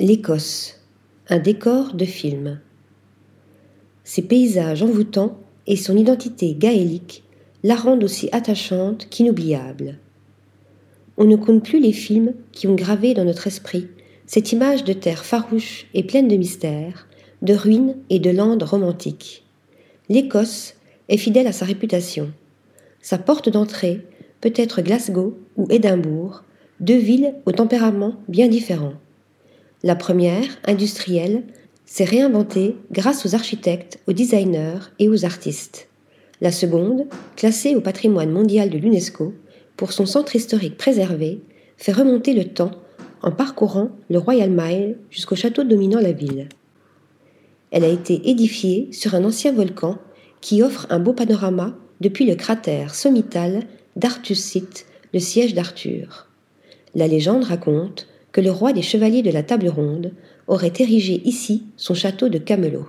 L'Écosse, un décor de film. Ses paysages envoûtants et son identité gaélique la rendent aussi attachante qu'inoubliable. On ne compte plus les films qui ont gravé dans notre esprit cette image de terre farouche et pleine de mystères, de ruines et de landes romantiques. L'Écosse est fidèle à sa réputation. Sa porte d'entrée peut être Glasgow ou Édimbourg, deux villes au tempérament bien différent. La première, industrielle, s'est réinventée grâce aux architectes, aux designers et aux artistes. La seconde, classée au patrimoine mondial de l'UNESCO, pour son centre historique préservé, fait remonter le temps en parcourant le Royal Mile jusqu'au château dominant la ville. Elle a été édifiée sur un ancien volcan qui offre un beau panorama depuis le cratère sommital d'Arthus-Seat, le siège d'Arthur. La légende raconte que le roi des chevaliers de la Table Ronde aurait érigé ici son château de Camelot.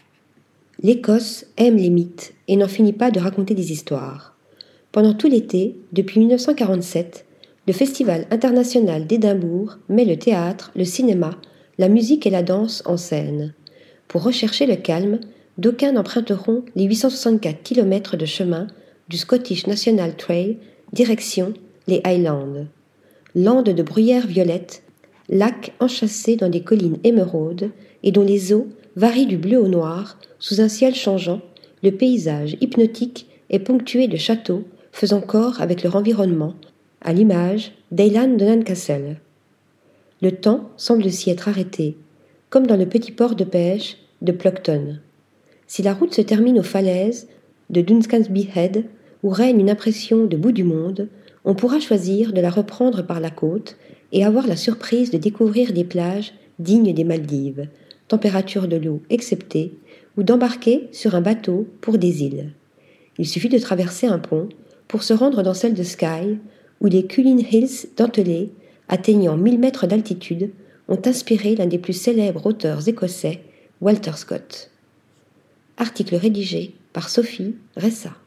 L'Écosse aime les mythes et n'en finit pas de raconter des histoires. Pendant tout l'été, depuis 1947, le Festival international d'Édimbourg met le théâtre, le cinéma, la musique et la danse en scène. Pour rechercher le calme, d'aucuns emprunteront les 864 km de chemin du Scottish National Trail direction les Highlands. Landes de bruyères violettes, lacs enchâssés dans des collines émeraudes et dont les eaux varient du bleu au noir sous un ciel changeant, le paysage hypnotique est ponctué de châteaux faisant corps avec leur environnement, à l'image d'Eilean Donan Castle. Le temps semble s'y être arrêté, comme dans le petit port de pêche de Ploughton. Si la route se termine aux falaises de Dunscansby Head, où règne une impression de bout du monde, on pourra choisir de la reprendre par la côte et avoir la surprise de découvrir des plages dignes des Maldives, température de l'eau exceptée, ou d'embarquer sur un bateau pour des îles. Il suffit de traverser un pont pour se rendre dans celle de Skye, où les Cuillin Hills dentelés, atteignant 1000 mètres d'altitude, ont inspiré l'un des plus célèbres auteurs écossais, Walter Scott. Article rédigé par Sophie Ressa.